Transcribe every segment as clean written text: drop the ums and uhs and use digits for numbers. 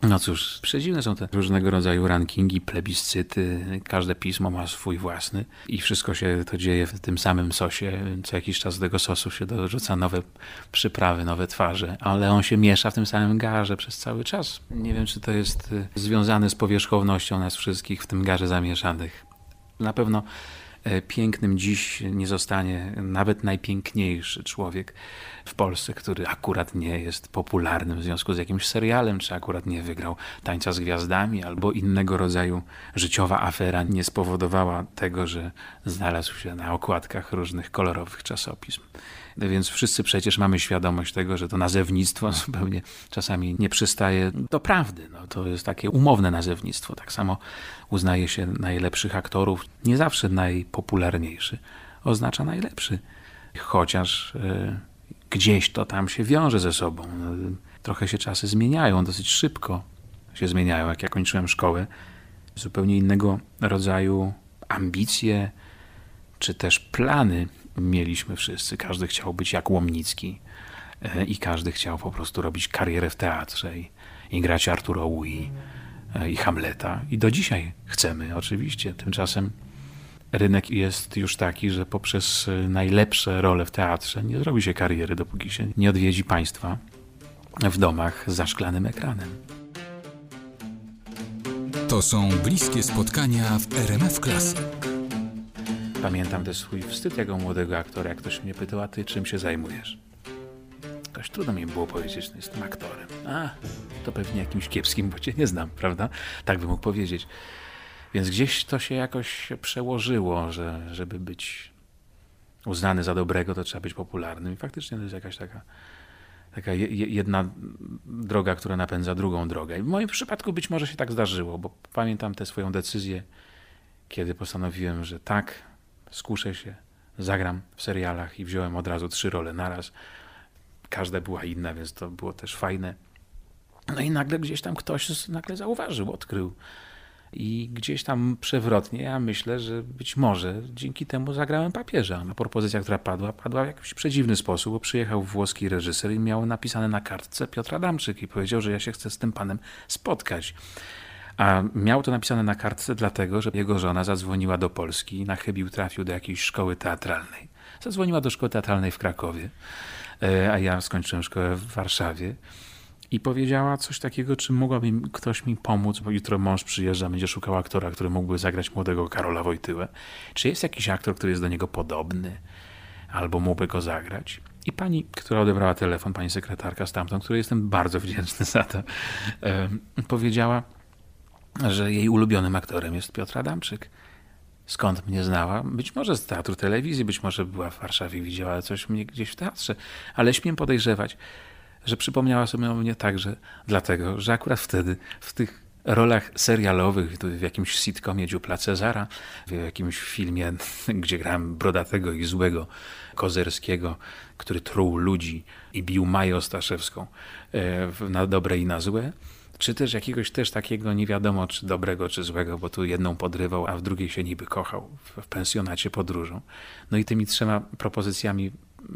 No cóż, przedziwne są te różnego rodzaju rankingi, plebiscyty. Każde pismo ma swój własny i wszystko się to dzieje w tym samym sosie. Co jakiś czas do tego sosu się dorzuca nowe przyprawy, nowe twarze, ale on się miesza w tym samym garze przez cały czas. Nie wiem, czy to jest związane z powierzchownością nas wszystkich w tym garze zamieszanych. Na pewno pięknym dziś nie zostanie nawet najpiękniejszy człowiek w Polsce, który akurat nie jest popularnym w związku z jakimś serialem, czy akurat nie wygrał Tańca z Gwiazdami, albo innego rodzaju życiowa afera nie spowodowała tego, że znalazł się na okładkach różnych kolorowych czasopism. Więc wszyscy przecież mamy świadomość tego, że to nazewnictwo zupełnie czasami nie przystaje do prawdy. No, to jest takie umowne nazewnictwo. Tak samo uznaje się najlepszych aktorów. Nie zawsze najpopularniejszy oznacza najlepszy. Chociaż gdzieś to tam się wiąże ze sobą. Trochę się czasy zmieniają, dosyć szybko się zmieniają. Jak ja kończyłem szkołę, zupełnie innego rodzaju ambicje czy też plany mieliśmy wszyscy. Każdy chciał być jak Łomnicki i każdy chciał po prostu robić karierę w teatrze i grać Artura Ui i Hamleta. I do dzisiaj chcemy oczywiście. Tymczasem rynek jest już taki, że poprzez najlepsze role w teatrze nie zrobi się kariery, dopóki się nie odwiedzi państwa w domach za szklanym ekranem. To są bliskie spotkania w RMF Classic. Pamiętam też swój wstyd jako młodego aktora, jak ktoś mnie pytał, a ty czym się zajmujesz? Jakoś trudno mi było powiedzieć, że jestem aktorem. To pewnie jakimś kiepskim, bo cię nie znam, prawda? Tak bym mógł powiedzieć. Więc gdzieś to się jakoś przełożyło, że żeby być uznany za dobrego, to trzeba być popularnym. I faktycznie to jest jakaś taka jedna droga, która napędza drugą drogę. I w moim przypadku być może się tak zdarzyło, bo pamiętam tę swoją decyzję, kiedy postanowiłem, że tak, skuszę się, zagram w serialach i wziąłem od razu 3 role naraz. Każda była inna, więc to było też fajne. No i nagle gdzieś tam ktoś zauważył, odkrył. I gdzieś tam przewrotnie, ja myślę, że być może dzięki temu zagrałem papieża. A propozycja, która padła w jakiś przedziwny sposób, bo przyjechał włoski reżyser i miał napisane na kartce Piotr Adamczyk i powiedział, że ja się chcę z tym panem spotkać. A miał to napisane na kartce dlatego, że jego żona zadzwoniła do Polski i na chybił trafił do jakiejś szkoły teatralnej. Zadzwoniła do szkoły teatralnej w Krakowie, a ja skończyłem szkołę w Warszawie. I powiedziała coś takiego, czy mogłaby ktoś mi pomóc, bo jutro mąż przyjeżdża, będzie szukał aktora, który mógłby zagrać młodego Karola Wojtyłę. Czy jest jakiś aktor, który jest do niego podobny, albo mógłby go zagrać? I pani, która odebrała telefon, pani sekretarka stamtąd, której jestem bardzo wdzięczny za to, powiedziała, że jej ulubionym aktorem jest Piotr Adamczyk. Skąd mnie znała? Być może z teatru telewizji, być może była w Warszawie i widziała coś mnie gdzieś w teatrze, ale śmiem podejrzewać, że przypomniała sobie o mnie także dlatego, że akurat wtedy w tych rolach serialowych, w jakimś sitcomie Dziupla Cezara, w jakimś filmie, gdzie grałem brodatego i złego Kozerskiego, który truł ludzi i bił Maję Staszewską na dobre i na złe, czy też jakiegoś też takiego nie wiadomo czy dobrego, czy złego, bo tu jedną podrywał, a w drugiej się niby kochał w pensjonacie podróżą. No i tymi 3 propozycjami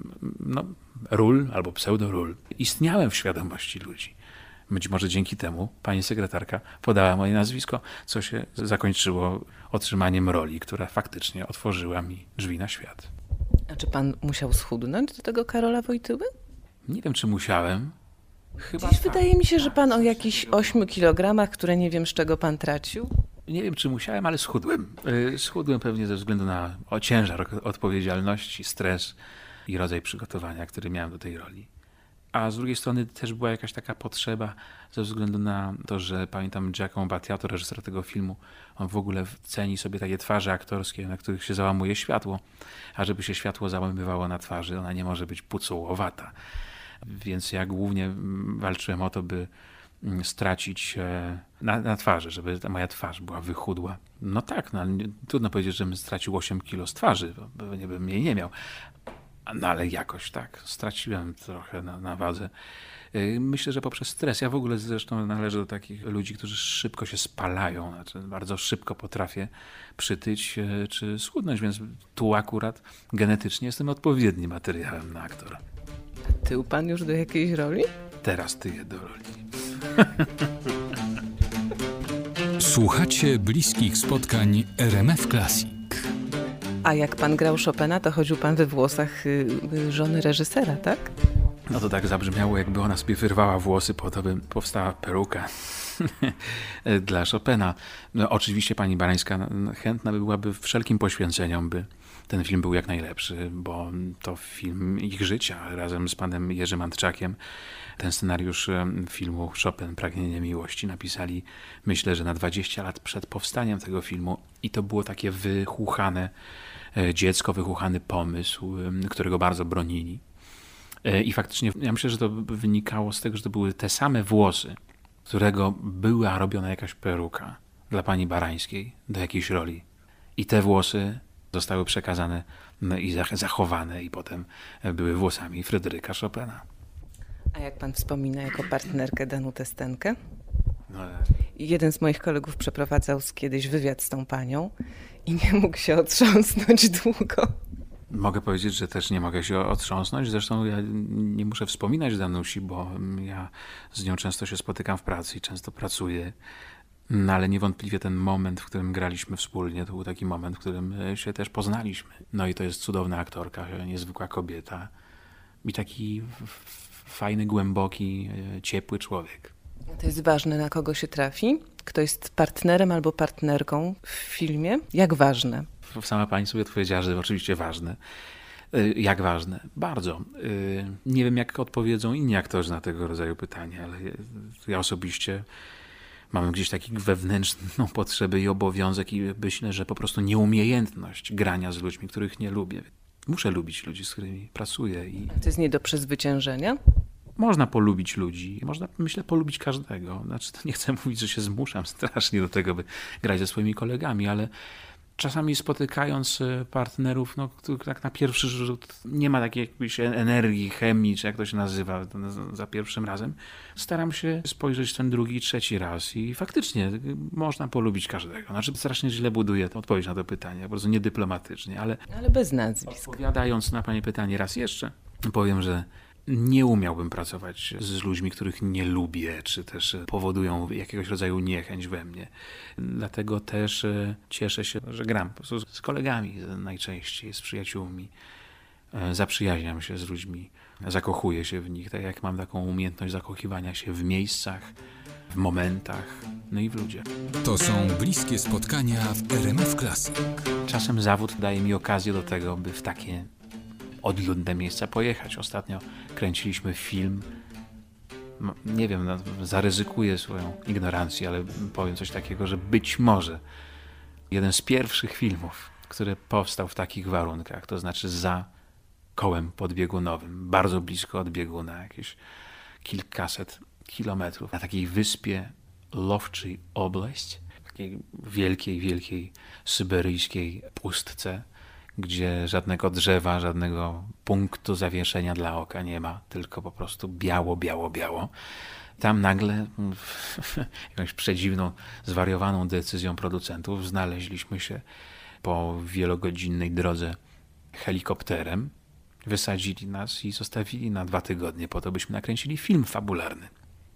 ról albo pseudoról istniałem w świadomości ludzi. Być może dzięki temu pani sekretarka podała moje nazwisko, co się zakończyło otrzymaniem roli, która faktycznie otworzyła mi drzwi na świat. A czy pan musiał schudnąć do tego Karola Wojtyły? Nie wiem, czy musiałem. Chyba Dziś wydaje mi się, że pan o jakichś 8 kilogramach, które nie wiem z czego pan tracił. Nie wiem, czy musiałem, ale schudłem. Schudłem pewnie ze względu na ciężar odpowiedzialności, stres i rodzaj przygotowania, który miałem do tej roli. A z drugiej strony też była jakaś taka potrzeba ze względu na to, że pamiętam Giacomo Battiato, reżyser tego filmu, on w ogóle ceni sobie takie twarze aktorskie, na których się załamuje światło, a żeby się światło załamywało na twarzy, ona nie może być pucołowata. Więc ja głównie walczyłem o to, by stracić na twarzy, żeby ta moja twarz była wychudła. No tak, trudno powiedzieć, żebym stracił 8 kilo z twarzy, bo pewnie bym jej nie miał. No ale jakoś tak, straciłem trochę na wadze. Myślę, że poprzez stres. Ja w ogóle zresztą należę do takich ludzi, którzy szybko się spalają, znaczy bardzo szybko potrafię przytyć czy schudnąć, więc tu akurat genetycznie jestem odpowiednim materiałem na aktora. Tył pan już do jakiejś roli? Teraz tyję do roli. Słuchacie bliskich spotkań RMF Classic. A jak pan grał Chopina, to chodził pan we włosach żony reżysera, tak? No to tak zabrzmiało, jakby ona sobie wyrwała włosy, po to by powstała peruka dla Chopina. No, oczywiście pani Barańska chętna byłaby wszelkim poświęceniom, by ten film był jak najlepszy, bo to film ich życia razem z panem Jerzym Antczakiem. Ten scenariusz filmu Chopin, Pragnienie miłości napisali, myślę, że na 20 lat przed powstaniem tego filmu i to było takie wychuchane dziecko, wychuchany pomysł, którego bardzo bronili. I faktycznie ja myślę, że to wynikało z tego, że to były te same włosy, którego była robiona jakaś peruka dla pani Barańskiej do jakiejś roli. I te włosy zostały przekazane i zachowane i potem były włosami Fryderyka Chopina. A jak pan wspomina jako partnerkę Danutę Stenkę? No, Jeden z moich kolegów przeprowadzał kiedyś wywiad z tą panią i nie mógł się otrząsnąć długo. mogę powiedzieć, że też nie mogę się otrząsnąć. Zresztą ja nie muszę wspominać Danusi, bo ja z nią często się spotykam w pracy i często pracuję. No, ale niewątpliwie ten moment, w którym graliśmy wspólnie, to był taki moment, w którym się też poznaliśmy. No i to jest cudowna aktorka, niezwykła kobieta i taki fajny, głęboki, ciepły człowiek. To jest ważne, na kogo się trafi? Kto jest partnerem albo partnerką w filmie? Jak ważne? Sama pani sobie odpowiedziała, że oczywiście ważne. Jak ważne? Bardzo. Nie wiem, jak odpowiedzą inni aktorzy na tego rodzaju pytania, ale ja osobiście mam gdzieś taką wewnętrzną potrzebę i obowiązek i myślę, że po prostu nieumiejętność grania z ludźmi, których nie lubię. Muszę lubić ludzi, z którymi pracuję i To jest nie do przezwyciężenia? można polubić ludzi, można, myślę, polubić każdego. Znaczy, to nie chcę mówić, że się zmuszam strasznie do tego, by grać ze swoimi kolegami, ale czasami spotykając partnerów, no, tak na pierwszy rzut nie ma takiej jakiejś energii, chemii, czy jak to się nazywa za pierwszym razem. Staram się spojrzeć ten drugi, trzeci raz i faktycznie można polubić każdego. Znaczy, strasznie źle buduję odpowiedź na to pytanie, po prostu niedyplomatycznie, ale Ale bez nazwisk. odpowiadając na pani pytanie raz jeszcze, powiem, że nie umiałbym pracować z ludźmi, których nie lubię, czy też powodują jakiegoś rodzaju niechęć we mnie. Dlatego też cieszę się, że gram po prostu z kolegami najczęściej, z przyjaciółmi. Zaprzyjaźniam się z ludźmi, zakochuję się w nich, tak jak mam taką umiejętność zakochiwania się w miejscach, w momentach, no i w ludziach. To są bliskie spotkania w RMF Classic. Czasem zawód daje mi okazję do tego, by w takie odludne miejsca pojechać. Ostatnio kręciliśmy film, nie wiem, zaryzykuję swoją ignorancję, ale powiem coś takiego, że być może jeden z pierwszych filmów, który powstał w takich warunkach, to znaczy za kołem podbiegunowym, bardzo blisko od bieguna, jakieś kilkaset kilometrów, na takiej wyspie Lowczy Obleść, takiej wielkiej syberyjskiej pustce, gdzie żadnego drzewa, żadnego punktu zawieszenia dla oka nie ma, tylko po prostu biało. Tam nagle jakąś przedziwną, zwariowaną decyzją producentów znaleźliśmy się po wielogodzinnej drodze helikopterem, wysadzili nas i zostawili na 2 tygodnie po to, byśmy nakręcili film fabularny.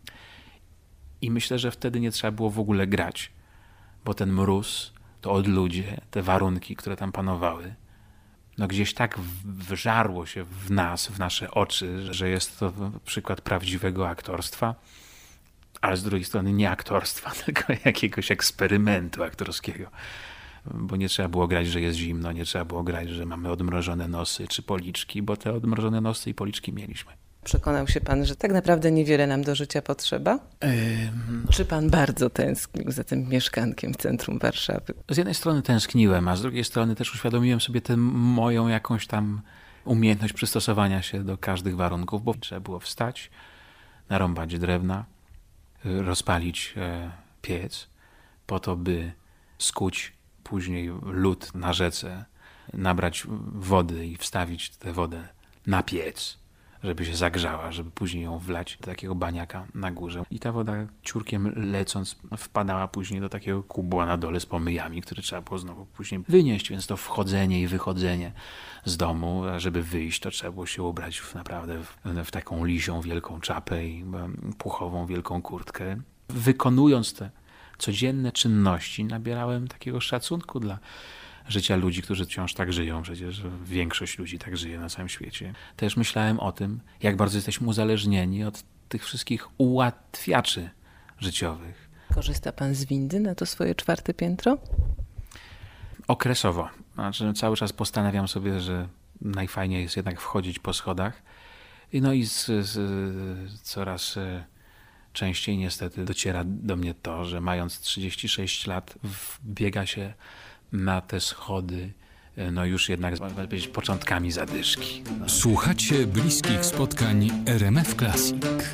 I myślę, że wtedy nie trzeba było w ogóle grać, bo ten mróz, to odludzie, te warunki, które tam panowały, no gdzieś tak wżarło się w nas, w nasze oczy, że jest to przykład prawdziwego aktorstwa, ale z drugiej strony nie aktorstwa, tylko jakiegoś eksperymentu aktorskiego. Bo nie trzeba było grać, że jest zimno, nie trzeba było grać, że mamy odmrożone nosy czy policzki, bo te odmrożone nosy i policzki mieliśmy. Przekonał się pan, że tak naprawdę niewiele nam do życia potrzeba? Czy pan bardzo tęsknił za tym mieszkankiem w centrum Warszawy? Z jednej strony tęskniłem, a z drugiej strony też uświadomiłem sobie tę moją jakąś tam umiejętność przystosowania się do każdych warunków, bo trzeba było wstać, narąbać drewna, rozpalić piec po to, by skuć później lód na rzece, nabrać wody i wstawić tę wodę na piec, żeby się zagrzała, żeby później ją wlać do takiego baniaka na górze. I ta woda ciurkiem lecąc wpadała później do takiego kubła na dole z pomyjami, które trzeba było znowu później wynieść, więc to wchodzenie i wychodzenie z domu, żeby wyjść, to trzeba było się ubrać naprawdę w taką lisią wielką czapę i puchową wielką kurtkę. Wykonując te codzienne czynności nabierałem takiego szacunku dla życia ludzi, którzy wciąż tak żyją. Przecież większość ludzi tak żyje na całym świecie. Też myślałem o tym, jak bardzo jesteśmy uzależnieni od tych wszystkich ułatwiaczy życiowych. Korzysta pan z windy na to swoje 4. piętro? Okresowo. Znaczy, cały czas postanawiam sobie, że najfajniej jest jednak wchodzić po schodach. No i coraz częściej niestety dociera do mnie to, że mając 36 lat wbiega się na te schody, no już jednak można powiedzieć początkami zadyszki. No. Słuchacie bliskich spotkań RMF Classic.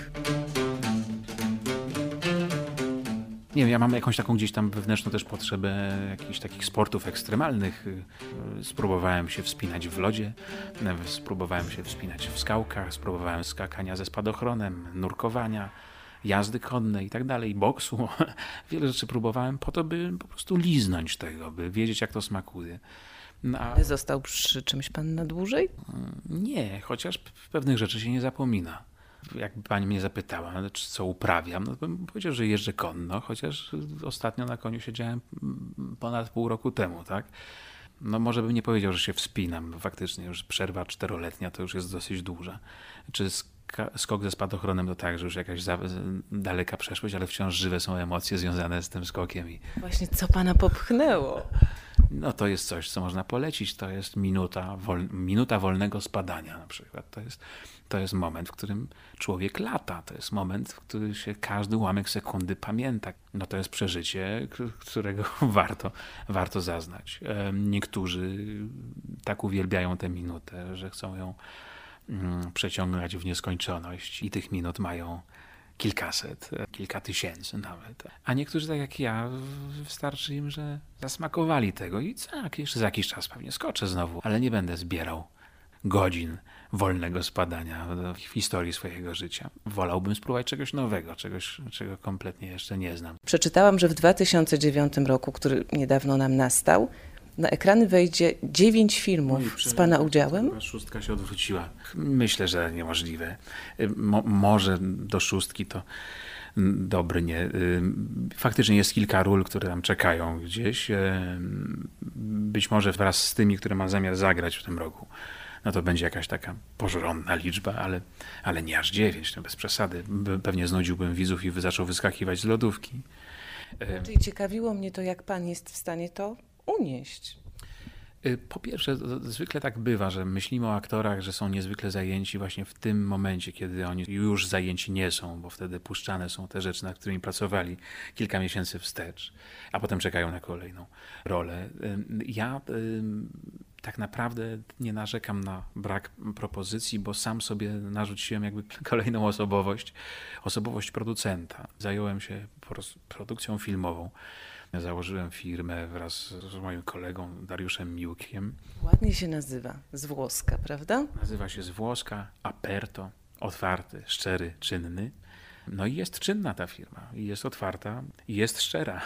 Nie wiem, ja mam jakąś taką gdzieś tam wewnętrzną też potrzebę jakichś takich sportów ekstremalnych. Spróbowałem się wspinać w lodzie, spróbowałem się wspinać w skałkach, spróbowałem skakania ze spadochronem, nurkowania, jazdy konnej i tak dalej, boksu. Wiele rzeczy próbowałem po to, by po prostu liznąć tego, by wiedzieć, jak to smakuje. No, Został przy czymś pan na dłużej? nie, chociaż pewnych rzeczy się nie zapomina. Jakby pani mnie zapytała, co uprawiam, no to bym powiedział, że jeżdżę konno, chociaż ostatnio na koniu siedziałem ponad pół roku temu, tak? No może bym nie powiedział, że się wspinam. Faktycznie już przerwa 4-letnia to już jest dosyć duża. Czy skok ze spadochronem to tak, że już jakaś daleka przeszłość, ale wciąż żywe są emocje związane z tym skokiem. Właśnie co pana popchnęło? No to jest coś, co można polecić. To jest minuta wolnego spadania na przykład. To jest moment, w którym człowiek lata. To jest moment, w którym się każdy ułamek sekundy pamięta. No to jest przeżycie, którego warto zaznać. Niektórzy tak uwielbiają tę minutę, że chcą ją przeciągnąć w nieskończoność i tych minut mają kilkaset, kilka tysięcy nawet. A niektórzy, tak jak ja, wystarczy im, że zasmakowali tego i tak, jeszcze za jakiś czas pewnie skoczę znowu, ale nie będę zbierał godzin wolnego spadania w historii swojego życia. Wolałbym spróbować czegoś nowego, czegoś, czego kompletnie jeszcze nie znam. Przeczytałam, że w 2009 roku, który niedawno nam nastał, na ekrany wejdzie 9 filmów z pana udziałem. Chyba 6 się odwróciła. Myślę, że niemożliwe. Może do 6 to dobry nie. Faktycznie jest kilka ról, które tam czekają gdzieś. Być może wraz z tymi, które mam zamiar zagrać w tym roku. No to będzie jakaś taka porządna liczba, ale nie aż 9, no bez przesady. Pewnie znudziłbym widzów i zaczął wyskakiwać z lodówki. Czyli ciekawiło mnie to, jak pan jest w stanie to unieść. Po pierwsze, zwykle tak bywa, że myślimy o aktorach, że są niezwykle zajęci właśnie w tym momencie, kiedy oni już zajęci nie są, bo wtedy puszczane są te rzeczy, nad którymi pracowali kilka miesięcy wstecz, a potem czekają na kolejną rolę. Ja tak naprawdę nie narzekam na brak propozycji, bo sam sobie narzuciłem jakby kolejną osobowość producenta. Zająłem się produkcją filmową. Założyłem firmę wraz z moim kolegą Dariuszem Miłkiem. Ładnie się nazywa, z włoska, prawda? Nazywa się z włoska Aperto, otwarty, szczery, czynny. No i jest czynna ta firma, i jest otwarta, i jest szczera.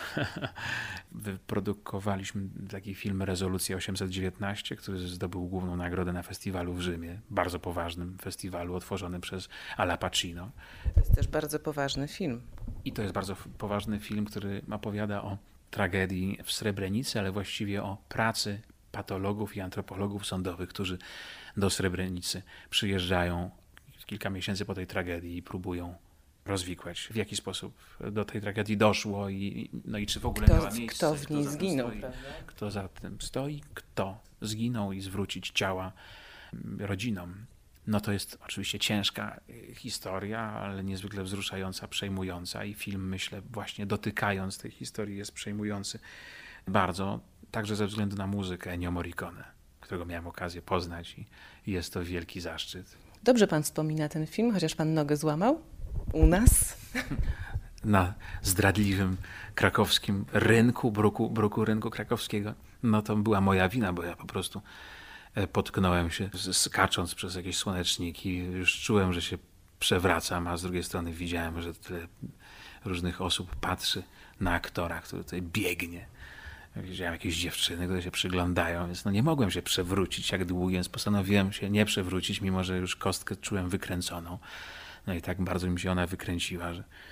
Wyprodukowaliśmy taki film Rezolucja 819, który zdobył główną nagrodę na festiwalu w Rzymie, bardzo poważnym festiwalu otworzonym przez Alla Pacino. To jest też bardzo poważny film. I to jest bardzo poważny film, który opowiada o tragedii w Srebrenicy, ale właściwie o pracy patologów i antropologów sądowych, którzy do Srebrenicy przyjeżdżają kilka miesięcy po tej tragedii i próbują rozwikłać, w jaki sposób do tej tragedii doszło i czy w ogóle miała miejsce. Kto w niej zginął, prawda? Kto za tym stoi, kto zginął i zwrócić ciała rodzinom. No to jest oczywiście ciężka historia, ale niezwykle wzruszająca, przejmująca i film, myślę, właśnie dotykając tej historii jest przejmujący bardzo, także ze względu na muzykę Ennio Morricone, którego miałem okazję poznać i jest to wielki zaszczyt. Dobrze pan wspomina ten film, chociaż pan nogę złamał u nas. Na zdradliwym krakowskim rynku, bruku rynku krakowskiego. No to była moja wina, bo ja po prostu potknąłem się, skacząc przez jakieś słoneczniki. Już czułem, że się przewracam, a z drugiej strony widziałem, że tyle różnych osób patrzy na aktora, który tutaj biegnie. Widziałem jakieś dziewczyny, które się przyglądają, więc no nie mogłem się przewrócić jak długo, więc postanowiłem się nie przewrócić, mimo że już kostkę czułem wykręconą. No i tak bardzo mi się ona wykręciła,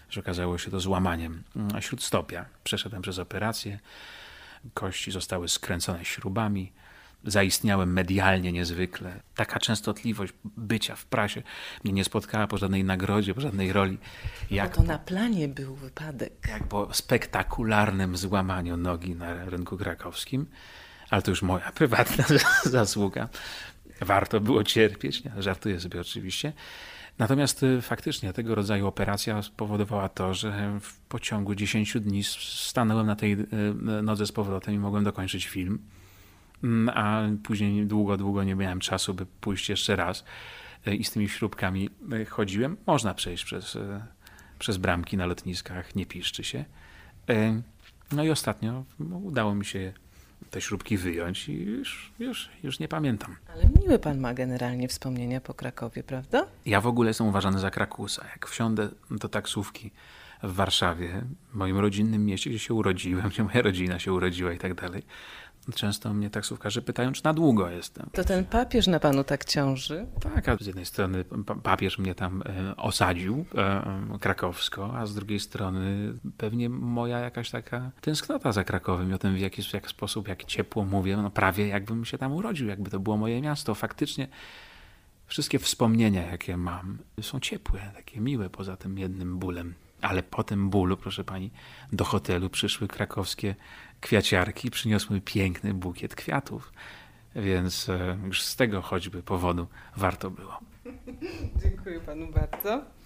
że okazało się to złamaniem śródstopia. Przeszedłem przez operację, kości zostały skręcone śrubami, zaistniałem medialnie niezwykle. Taka częstotliwość bycia w prasie mnie nie spotkała po żadnej nagrodzie, po żadnej roli. Bo to na planie był wypadek. Jak po spektakularnym złamaniu nogi na rynku krakowskim, ale to już moja prywatna zasługa. Warto było cierpieć, nie? Żartuję sobie oczywiście. Natomiast faktycznie tego rodzaju operacja spowodowała to, że w pociągu 10 dni stanąłem na tej nodze z powrotem i mogłem dokończyć film. A później długo nie miałem czasu, by pójść jeszcze raz i z tymi śrubkami chodziłem. Można przejść przez bramki na lotniskach, nie piszczy się. No i ostatnio udało mi się te śrubki wyjąć i już nie pamiętam. Ale miłe pan ma generalnie wspomnienia po Krakowie, prawda? Ja w ogóle jestem uważany za Krakusa. Jak wsiądę do taksówki w Warszawie, w moim rodzinnym mieście, gdzie się urodziłem, gdzie moja rodzina się urodziła i tak dalej, często mnie taksówkarze pytają, czy na długo jestem. To ten papież na panu tak ciąży? Tak, a z jednej strony papież mnie tam osadził krakowsko, a z drugiej strony pewnie moja jakaś taka tęsknota za Krakowem i o tym, w jaki sposób, jak ciepło mówię, no prawie jakbym się tam urodził, jakby to było moje miasto. Faktycznie wszystkie wspomnienia, jakie mam, są ciepłe, takie miłe, poza tym jednym bólem. Ale po tym bólu, proszę pani, do hotelu przyszły krakowskie kwiaciarki, przyniosły piękny bukiet kwiatów. Więc już z tego choćby powodu warto było. Dziękuję panu bardzo.